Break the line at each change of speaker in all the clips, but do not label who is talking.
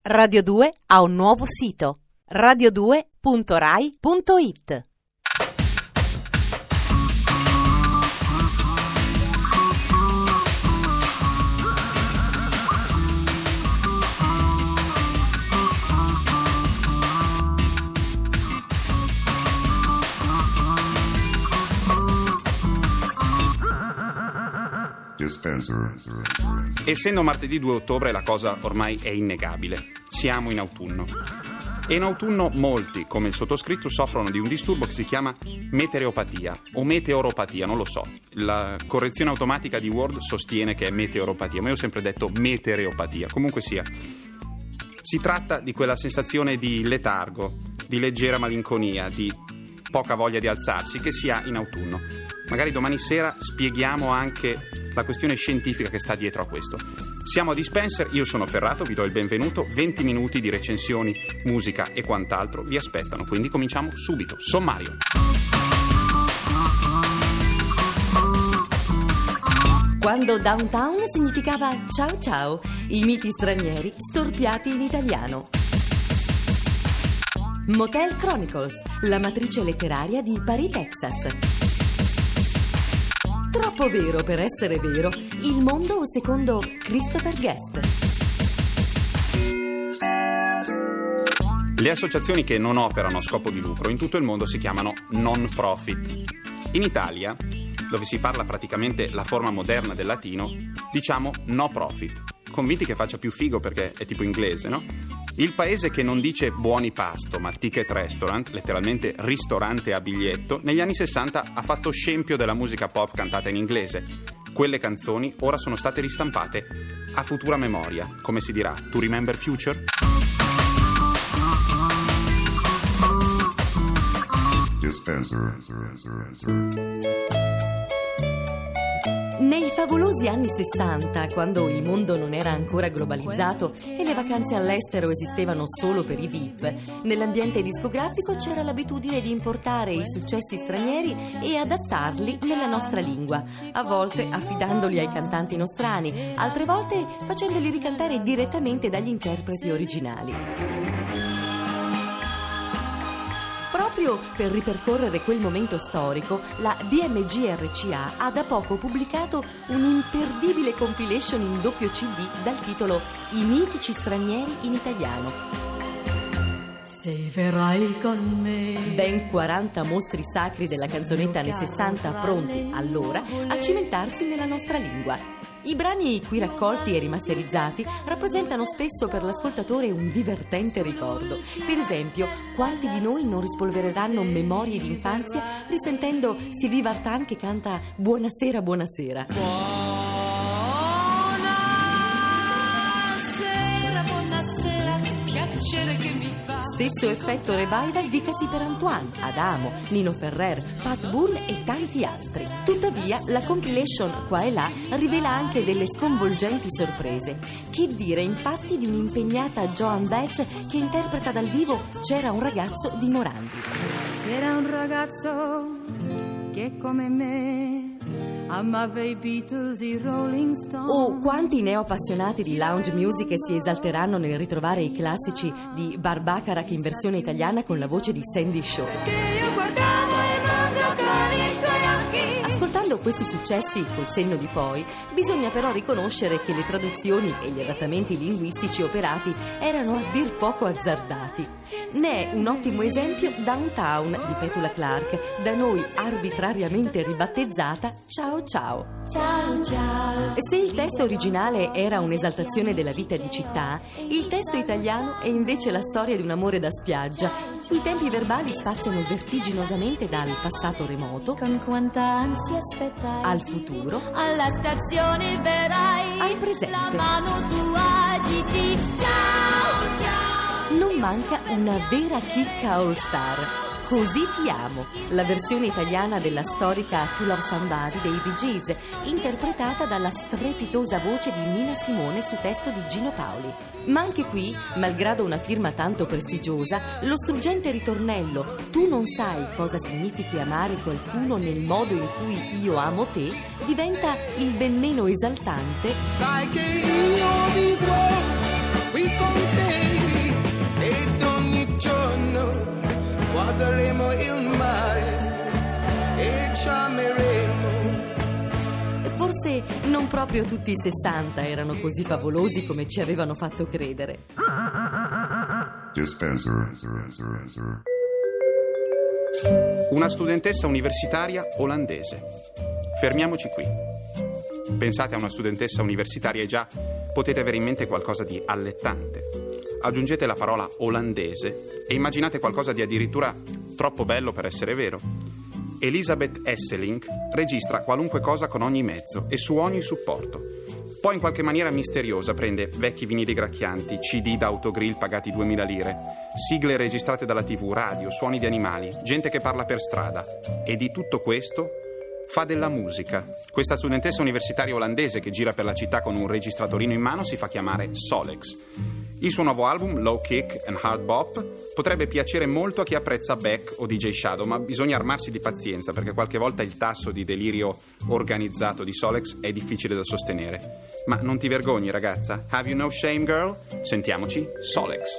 Radio 2 ha un nuovo sito: radio2.rai.it.
Essendo martedì 2 ottobre la cosa ormai è innegabile. Siamo in autunno. E in autunno molti, come il sottoscritto, soffrono di un disturbo che si chiama meteoropatia o meteoropatia, non lo so. La correzione automatica di Word sostiene che è meteoropatia, ma io ho sempre detto meteoropatia. Comunque sia, si tratta di quella sensazione di letargo, di leggera malinconia, di poca voglia di alzarsi che si ha in autunno. Magari domani sera spieghiamo anche la questione scientifica che sta dietro a questo. Siamo a Dispenser, io sono Ferrato, vi do il benvenuto. 20 minuti di recensioni, musica e quant'altro vi aspettano, quindi cominciamo subito. Sommario.
Quando downtown significava ciao ciao, i miti stranieri storpiati in italiano. Motel Chronicles, la matrice letteraria di Paris, Texas. Troppo vero per essere vero, il mondo secondo Christopher Guest.
Le associazioni che non operano a scopo di lucro in tutto il mondo si chiamano non-profit. In Italia, dove si parla praticamente la forma moderna del latino, diciamo no-profit, convinti che faccia più figo perché è tipo inglese, no? Il paese che non dice buoni pasto, ma ticket restaurant, letteralmente ristorante a biglietto, negli anni 60 ha fatto scempio della musica pop cantata in inglese. Quelle canzoni ora sono state ristampate a futura memoria, come si dirà, to remember future?
Nei favolosi anni 60, quando il mondo non era ancora globalizzato e le vacanze all'estero esistevano solo per i VIP, nell'ambiente discografico c'era l'abitudine di importare i successi stranieri e adattarli nella nostra lingua, a volte affidandoli ai cantanti nostrani, altre volte facendoli ricantare direttamente dagli interpreti originali. Proprio per ripercorrere quel momento storico, la BMG-RCA ha da poco pubblicato un'imperdibile compilation in doppio CD dal titolo I mitici stranieri in italiano.
Se verrai con me.
Ben 40 mostri sacri della canzonetta anni 60 pronti, allora, a cimentarsi nella nostra lingua. I brani qui raccolti e rimasterizzati rappresentano spesso per l'ascoltatore un divertente ricordo. Per esempio, quanti di noi non rispolvereranno memorie d'infanzia risentendo Sylvie Vartan che canta Buonasera, buonasera.
Buonasera, buonasera, piacere che mi fa.
Stesso effetto revival dicasi per Antoine, Adamo, Nino Ferrer, Pat Boone e tanti altri. Tuttavia, la compilation qua e là rivela anche delle sconvolgenti sorprese. Che dire infatti di un'impegnata Joan Baez che interpreta dal vivo C'era un ragazzo di Morandi.
C'era un ragazzo che come me amava i Beatles, i Rolling Stones.
O quanti neoappassionati di lounge music si esalteranno nel ritrovare i classici di Barbacarac in versione italiana con la voce di Sandy Shaw.
Che io guardavo e non giocavi i tuoi occhi.
Ascoltando questi successi col senno di poi, bisogna però riconoscere che le traduzioni e gli adattamenti linguistici operati erano a dir poco azzardati. Ne è un ottimo esempio Downtown di Petula Clark, da noi arbitrariamente ribattezzata Ciao Ciao.
Ciao ciao.
Se il testo originale era un'esaltazione della vita di città, il testo italiano è invece la storia di un amore da spiaggia. I tempi verbali spaziano vertiginosamente dal passato remoto
Con quanta ansia aspettai
al futuro,
alla stazione verrai,
al presente.
la mano tu agiti. Ciao ciao.
Non manca una vera chicca all star. Così ti amo, la versione italiana della storica To Love Somebody dei Bee Gees, interpretata dalla strepitosa voce di Nina Simone su testo di Gino Paoli. Ma anche qui, malgrado una firma tanto prestigiosa, lo struggente ritornello "Tu non sai cosa significhi amare qualcuno nel modo in cui io amo te" diventa il ben meno esaltante
Sai che io vivrò qui con te ed ogni giorno guarderemo il mare e ci ameremo.
Forse non proprio tutti i 60 erano così favolosi come ci avevano fatto credere.
Una studentessa universitaria olandese. Fermiamoci qui. Pensate a una studentessa universitaria e già potete avere in mente qualcosa di allettante. Aggiungete la parola olandese e immaginate qualcosa di addirittura troppo bello per essere vero. Elisabeth Esselink registra qualunque cosa con ogni mezzo e su ogni supporto. Poi in qualche maniera misteriosa prende vecchi vinili gracchianti, CD da autogrill pagati 2000 lire, sigle registrate dalla TV, radio, suoni di animali, gente che parla per strada. E di tutto questo fa della musica. Questa studentessa universitaria olandese che gira per la città con un registratorino in mano si fa chiamare Solex. Il suo nuovo album, Low Kick and Hard Bop, potrebbe piacere molto a chi apprezza Beck o DJ Shadow, ma bisogna armarsi di pazienza perché qualche volta il tasso di delirio organizzato di Solex è difficile da sostenere. Ma non ti vergogni, ragazza? Have you no shame, girl? Sentiamoci Solex.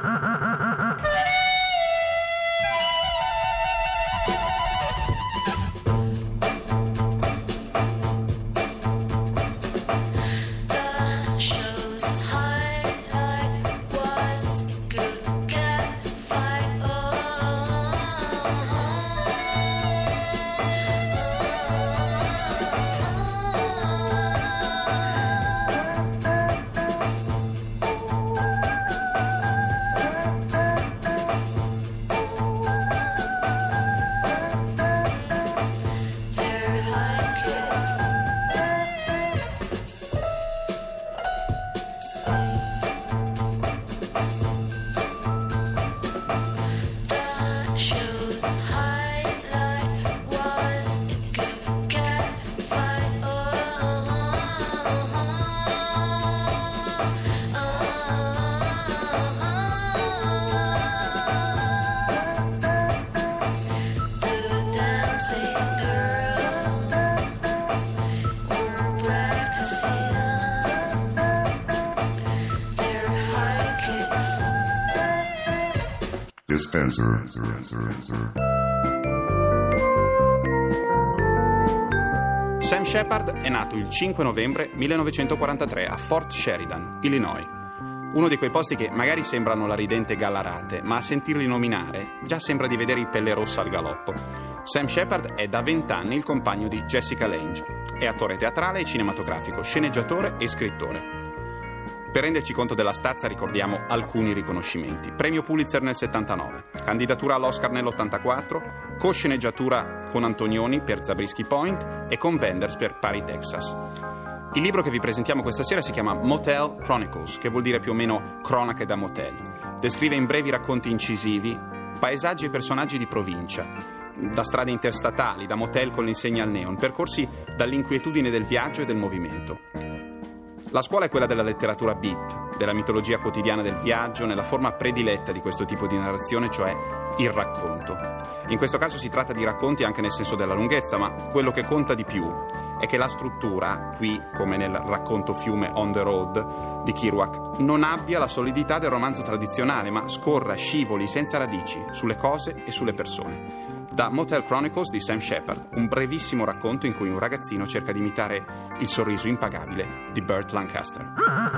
Dispenser.
Sam Shepard è nato il 5 novembre 1943 a Fort Sheridan, Illinois. Uno di quei posti che magari sembrano la ridente Gallarate, ma a sentirli nominare già sembra di vedere il pelle rossa al galoppo. Sam Shepard è da 20 anni il compagno di Jessica Lange. È attore teatrale e cinematografico, sceneggiatore e scrittore. Per renderci conto della stazza ricordiamo alcuni riconoscimenti. Premio Pulitzer nel 79, candidatura all'Oscar nell'84, co-sceneggiatura con Antonioni per Zabriskie Point e con Wenders per Paris, Texas. Il libro che vi presentiamo questa sera si chiama Motel Chronicles, che vuol dire più o meno cronache da motel. Descrive in brevi racconti incisivi paesaggi e personaggi di provincia, da strade interstatali, da motel con l'insegna al neon, percorsi dall'inquietudine del viaggio e del movimento. La scuola è quella della letteratura beat, della mitologia quotidiana del viaggio, nella forma prediletta di questo tipo di narrazione, cioè il racconto. In questo caso si tratta di racconti anche nel senso della lunghezza, ma quello che conta di più è che la struttura, qui come nel racconto fiume On the Road di Kerouac, non abbia la solidità del romanzo tradizionale, ma scorra, scivoli senza radici sulle cose e sulle persone. Da Motel Chronicles di Sam Shepard, un brevissimo racconto in cui un ragazzino cerca di imitare il sorriso impagabile di Burt Lancaster.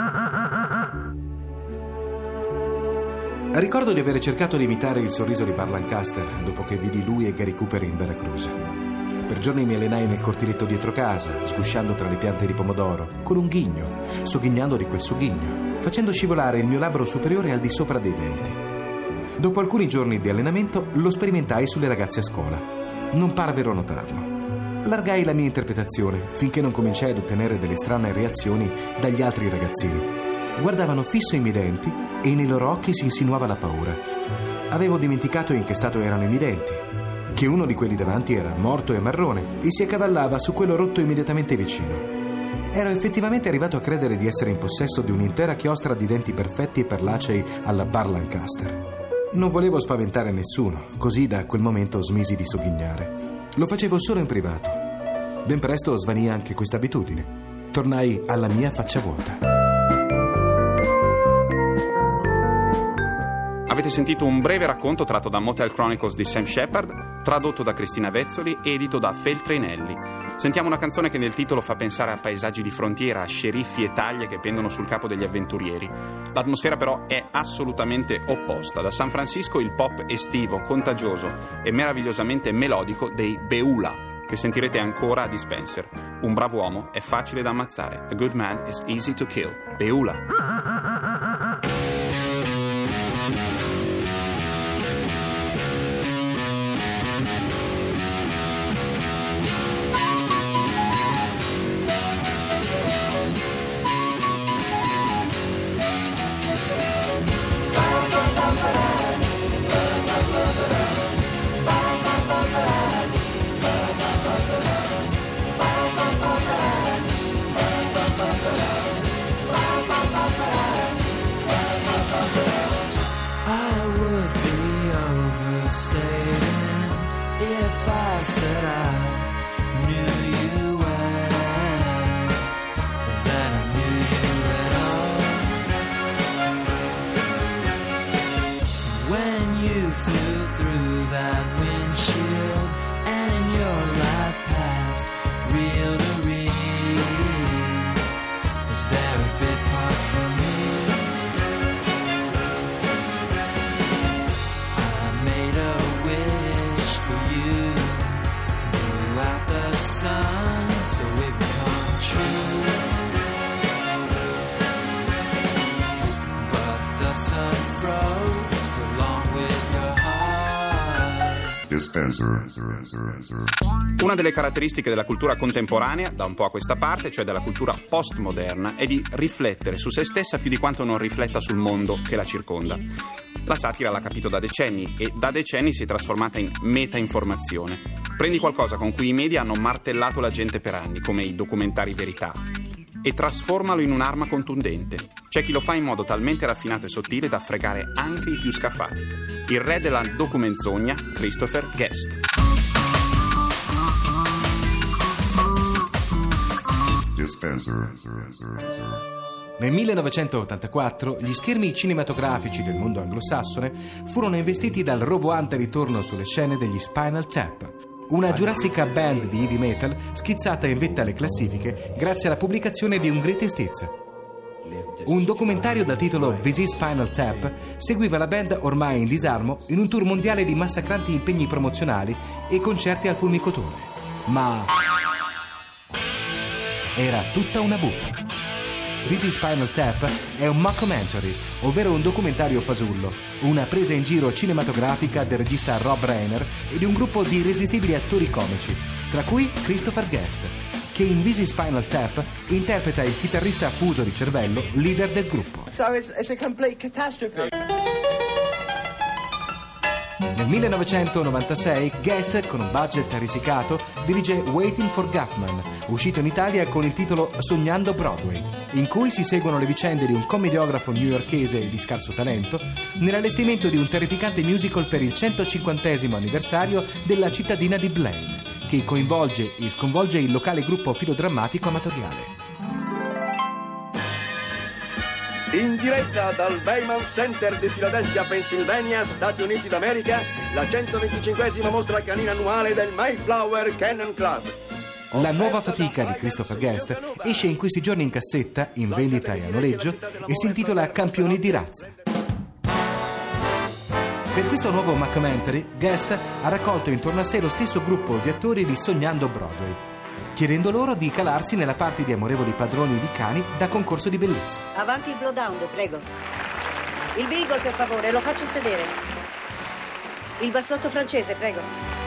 Ricordo di aver cercato di imitare il sorriso di Burt Lancaster dopo che vidi lui e Gary Cooper in Veracruz. Per giorni mi allenai nel cortiletto dietro casa, sgusciando tra le piante di pomodoro, con un ghigno, sogghignando di quel sogghigno, facendo scivolare il mio labbro superiore al di sopra dei denti. Dopo alcuni giorni di allenamento lo sperimentai sulle ragazze a scuola. Non parvero notarlo. Allargai la mia interpretazione finché non cominciai ad ottenere delle strane reazioni dagli altri ragazzini. Guardavano fisso i miei denti e nei loro occhi si insinuava la paura. Avevo dimenticato in che stato erano i miei denti, che uno di quelli davanti era morto e marrone e si accavallava su quello rotto immediatamente vicino. Ero effettivamente arrivato a credere di essere in possesso di un'intera chiostra di denti perfetti e perlacei alla Burt Lancaster. Non volevo spaventare nessuno, così da quel momento smisi di sogghignare. Lo facevo solo in privato. Ben presto svanì anche questa abitudine. Tornai alla mia faccia vuota.
Avete sentito un breve racconto tratto da Motel Chronicles di Sam Shepard, tradotto da Cristina Vezzoli, edito da Feltrinelli. Sentiamo una canzone che nel titolo fa pensare a paesaggi di frontiera, a sceriffi e taglie che pendono sul capo degli avventurieri. L'atmosfera però è assolutamente opposta. Da San Francisco il pop estivo, contagioso e meravigliosamente melodico dei Beulah, che sentirete ancora a Dispenser. Un bravo uomo è facile da ammazzare. A good man is easy to kill. Beulah. Una delle caratteristiche della cultura contemporanea, da un po' a questa parte, cioè della cultura postmoderna, è di riflettere su se stessa più di quanto non rifletta sul mondo che la circonda. La satira l'ha capito da decenni e da decenni si è trasformata in meta-informazione. Prendi qualcosa con cui i media hanno martellato la gente per anni, come i documentari verità, e trasformalo in un'arma contundente. C'è chi lo fa in modo talmente raffinato e sottile da fregare anche i più scaffati. Il re della documenzogna, Christopher Guest.
Nel 1984 gli schermi cinematografici del mondo anglosassone furono investiti dal roboante ritorno sulle scene degli Spinal Tap, una Jurassic band di heavy metal schizzata in vetta alle classifiche grazie alla pubblicazione di un Greatest Hits. Un documentario dal titolo This is Spinal Tap seguiva la band ormai in disarmo in un tour mondiale di massacranti impegni promozionali e concerti al Fulmicotone. Ma era tutta una bufala. This is Spinal Tap è un mockumentary, ovvero un documentario fasullo, una presa in giro cinematografica del regista Rob Reiner e di un gruppo di irresistibili attori comici, tra cui Christopher Guest, che in This is Spinal Tap interpreta il chitarrista fuso di cervello, leader del gruppo.
So it's a complete catastrophe.
Nel 1996 Guest, con un budget risicato, dirige Waiting for Guffman, uscito in Italia con il titolo Sognando Broadway, in cui si seguono le vicende di un commediografo newyorkese di scarso talento nell'allestimento di un terrificante musical per il 150° anniversario della cittadina di Blaine, che coinvolge e sconvolge il locale gruppo filodrammatico amatoriale.
In diretta dal Bayman Center di Philadelphia, Pennsylvania, Stati Uniti d'America, la 125esima mostra canina annuale del Mayflower Cannon Club.
La nuova fatica di Christopher Guest esce in questi giorni in cassetta, in vendita e a noleggio, e si intitola Campioni di razza. Per questo nuovo mockumentary, Guest ha raccolto intorno a sé lo stesso gruppo di attori di Sognando Broadway, chiedendo loro di calarsi nella parte di amorevoli padroni di cani da concorso di bellezza.
Avanti il blowdown, prego. Il beagle, per favore, lo faccia sedere. Il bassotto francese, prego.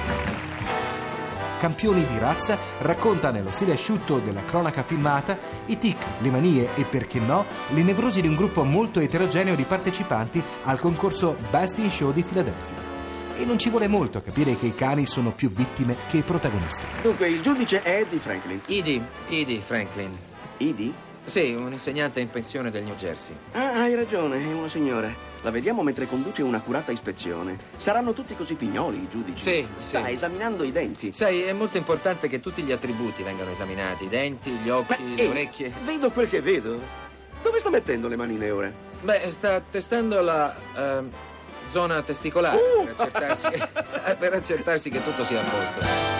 Campioni di razza racconta nello stile asciutto della cronaca filmata i tic, le manie e, perché no, le nevrosi di un gruppo molto eterogeneo di partecipanti al concorso Best in Show di Philadelphia. E non ci vuole molto a capire che i cani sono più vittime che protagonisti.
Dunque, il giudice è Eddie Franklin.
Edie Franklin.
Edie?
Sì, un insegnante in pensione del New Jersey.
Ah, hai ragione, è una signora. La vediamo mentre conduce un'accurata ispezione. Saranno tutti così pignoli i giudici?
Sì,
Sta
sì.
esaminando i denti.
Sai, è molto importante che tutti gli attributi vengano esaminati. I denti, gli occhi, le orecchie.
Vedo quel che vedo. Dove sta mettendo le manine ora?
Beh, sta testando la zona testicolare per accertarsi che tutto sia a posto.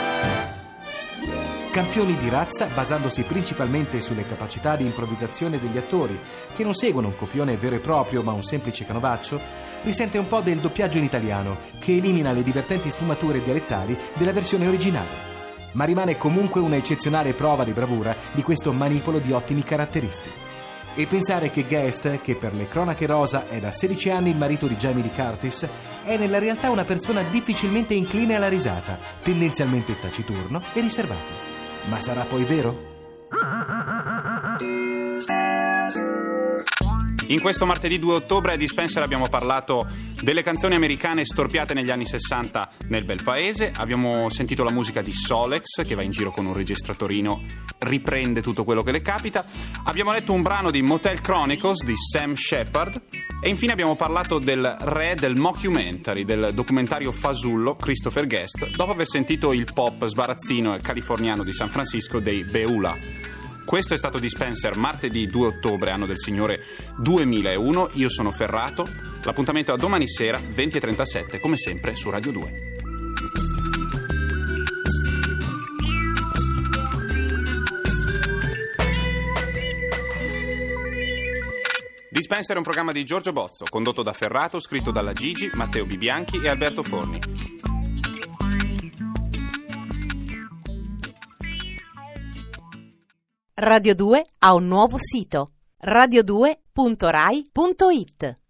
Campioni di razza basandosi principalmente sulle capacità di improvvisazione degli attori, che non seguono un copione vero e proprio ma un semplice canovaccio, risente un po' del doppiaggio in italiano, che elimina le divertenti sfumature dialettali della versione originale, ma rimane comunque una eccezionale prova di bravura di questo manipolo di ottimi caratteristi. E pensare che Guest, che per le cronache rosa è da 16 anni il marito di Jamie Lee Curtis, è nella realtà una persona difficilmente incline alla risata, tendenzialmente taciturno e riservato. Ma sarà poi vero?
In questo martedì 2 ottobre di Spencer abbiamo parlato delle canzoni americane storpiate negli anni 60 nel bel paese, abbiamo sentito la musica di Solex che va in giro con un registratorino, riprende tutto quello che le capita, abbiamo letto un brano di Motel Chronicles di Sam Shepard e infine abbiamo parlato del re del mockumentary, del documentario fasullo Christopher Guest, dopo aver sentito il pop sbarazzino e californiano di San Francisco dei Beulah. Questo è stato Dispenser martedì 2 ottobre, anno del Signore 2001. Io sono Ferrato. L'appuntamento è a domani sera, 20:37, come sempre su Radio 2. Dispenser è un programma di Giorgio Bozzo, condotto da Ferrato, scritto dalla Gigi, Matteo Bibianchi e Alberto Forni.
Radio 2 ha un nuovo sito, radio2.rai.it.